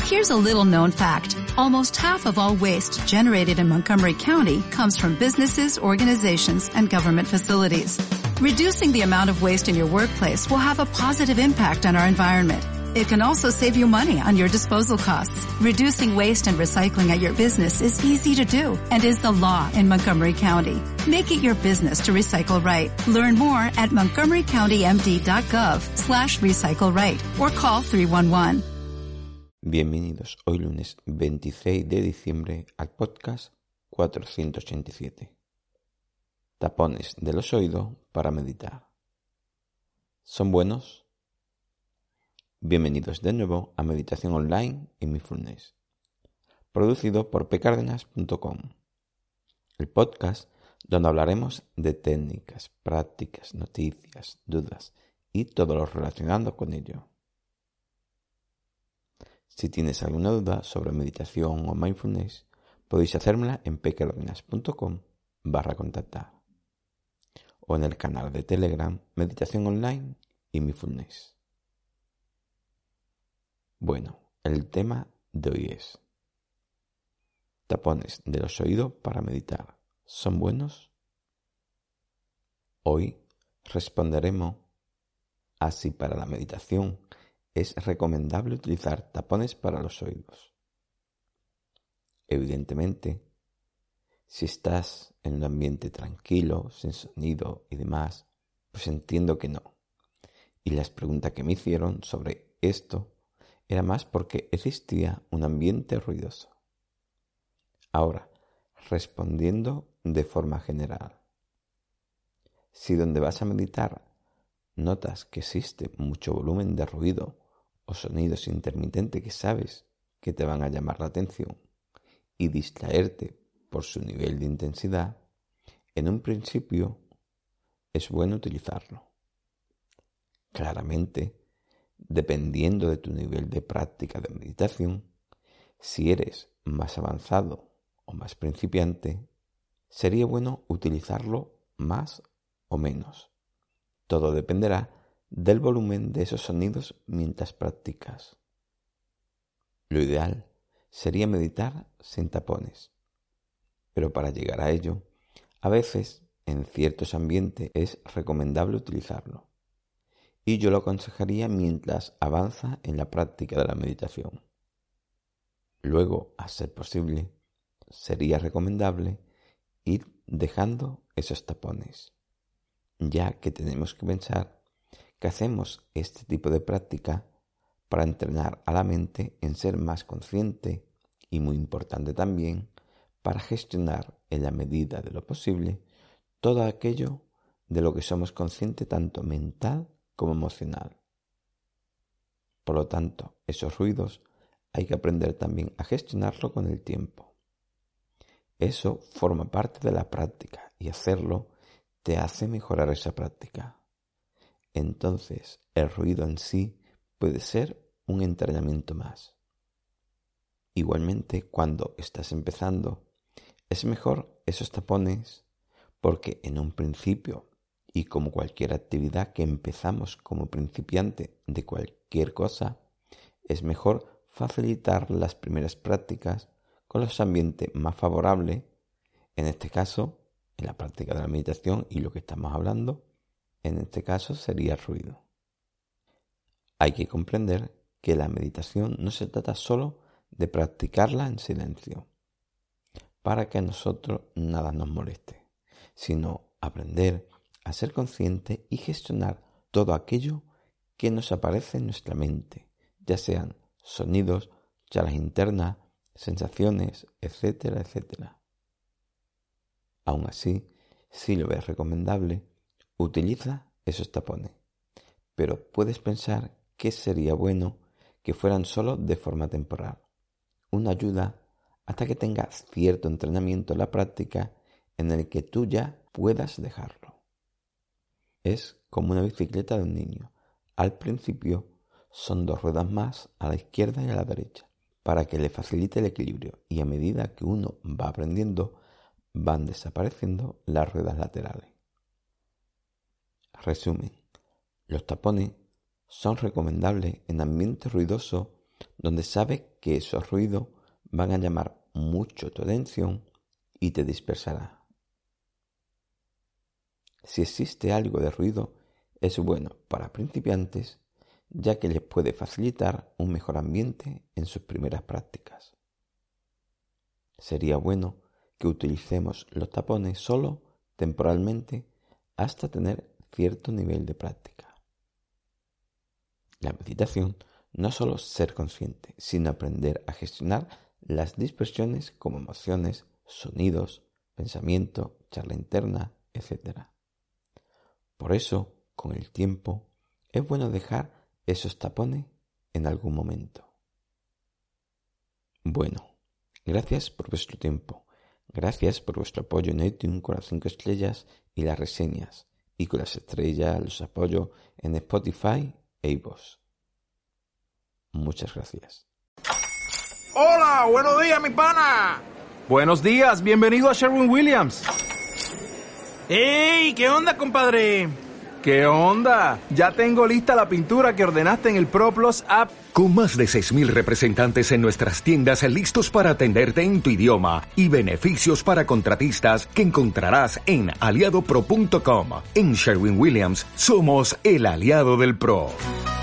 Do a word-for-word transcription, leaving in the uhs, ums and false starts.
Here's a little known fact. Almost half of all waste generated in Montgomery County comes from businesses, organizations, and government facilities. Reducing the amount of waste in your workplace will have a positive impact on our environment. It can also save you money on your disposal costs. Reducing waste and recycling at your business is easy to do and is the law in Montgomery County. Make it your business to recycle right. Learn more at montgomerycountymd.gov slash recycle right or call three one one. Bienvenidos hoy lunes veintiséis de diciembre al podcast cuatrocientos ochenta y siete. Tapones de los oídos para meditar. ¿Son buenos? Bienvenidos de nuevo a Meditación Online en Mindfulness, producido por pe cárdenas punto com, el podcast donde hablaremos de técnicas, prácticas, noticias, dudas y todo lo relacionado con ello. Si tienes alguna duda sobre meditación o mindfulness, podéis hacérmela en pe cárdenas punto com barra contactar o en el canal de Telegram Meditación Online y Mindfulness. Bueno, el tema de hoy es tapones de los oídos para meditar. ¿Son buenos? Hoy responderemos a si para la meditación es recomendable utilizar tapones para los oídos. Evidentemente, si estás en un ambiente tranquilo, sin sonido y demás, pues entiendo que no. Y las preguntas que me hicieron sobre esto era más porque existía un ambiente ruidoso. Ahora, respondiendo de forma general. Si donde vas a meditar notas que existe mucho volumen de ruido o sonidos intermitentes que sabes que te van a llamar la atención y distraerte por su nivel de intensidad, en un principio es bueno utilizarlo. Claramente, dependiendo de tu nivel de práctica de meditación, si eres más avanzado o más principiante, sería bueno utilizarlo más o menos. Todo dependerá del volumen de esos sonidos mientras practicas. Lo ideal sería meditar sin tapones, pero para llegar a ello, a veces en ciertos ambientes es recomendable utilizarlo, y yo lo aconsejaría mientras avanza en la práctica de la meditación. Luego, a ser posible, sería recomendable ir dejando esos tapones, ya que tenemos que pensar que hacemos este tipo de práctica para entrenar a la mente en ser más consciente y, muy importante también, para gestionar en la medida de lo posible todo aquello de lo que somos conscientes tanto mental como emocional. Por lo tanto, esos ruidos hay que aprender también a gestionarlo con el tiempo. Eso forma parte de la práctica y hacerlo te hace mejorar esa práctica. Entonces, el ruido en sí puede ser un entrenamiento más. Igualmente, cuando estás empezando, es mejor esos tapones porque en un principio, y como cualquier actividad que empezamos como principiante de cualquier cosa, es mejor facilitar las primeras prácticas con los ambientes más favorables, en este caso, en la práctica de la meditación y lo que estamos hablando, en este caso sería el ruido. Hay que comprender que la meditación no se trata solo de practicarla en silencio, para que a nosotros nada nos moleste, sino aprender a ser consciente y gestionar todo aquello que nos aparece en nuestra mente, ya sean sonidos, charlas internas, sensaciones, etcétera, etcétera. Aún así, si lo ves recomendable, utiliza esos tapones, pero puedes pensar que sería bueno que fueran solo de forma temporal, una ayuda hasta que tengas cierto entrenamiento en la práctica en el que tú ya puedas dejarlo. Es como una bicicleta de un niño. Al principio son dos ruedas más a la izquierda y a la derecha, para que le facilite el equilibrio, y a medida que uno va aprendiendo, van desapareciendo las ruedas laterales. Resumen, los tapones son recomendables en ambientes ruidosos donde sabes que esos ruidos van a llamar mucho tu atención y te dispersará. Si existe algo de ruido, es bueno para principiantes, ya que les puede facilitar un mejor ambiente en sus primeras prácticas. Sería bueno que utilicemos los tapones solo temporalmente hasta tener cierto nivel de práctica. La meditación no solo ser consciente, sino aprender a gestionar las dispersiones como emociones, sonidos, pensamiento, charla interna, etcétera. Por eso, con el tiempo, es bueno dejar esos tapones en algún momento. Bueno, gracias por vuestro tiempo. Gracias por vuestro apoyo en iTunes con las cinco estrellas y las reseñas, y con las estrellas los apoyo en Spotify e iVoox. Muchas gracias. Hola, buenos días, mi pana. Buenos días, bienvenido a Sherwin-Williams. ¡Ey! ¿Qué onda, compadre? ¿Qué onda? Ya tengo lista la pintura que ordenaste en el ProPlus app. Con más de seis mil representantes en nuestras tiendas listos para atenderte en tu idioma y beneficios para contratistas que encontrarás en aliado pro punto com. En Sherwin-Williams somos el aliado del pro.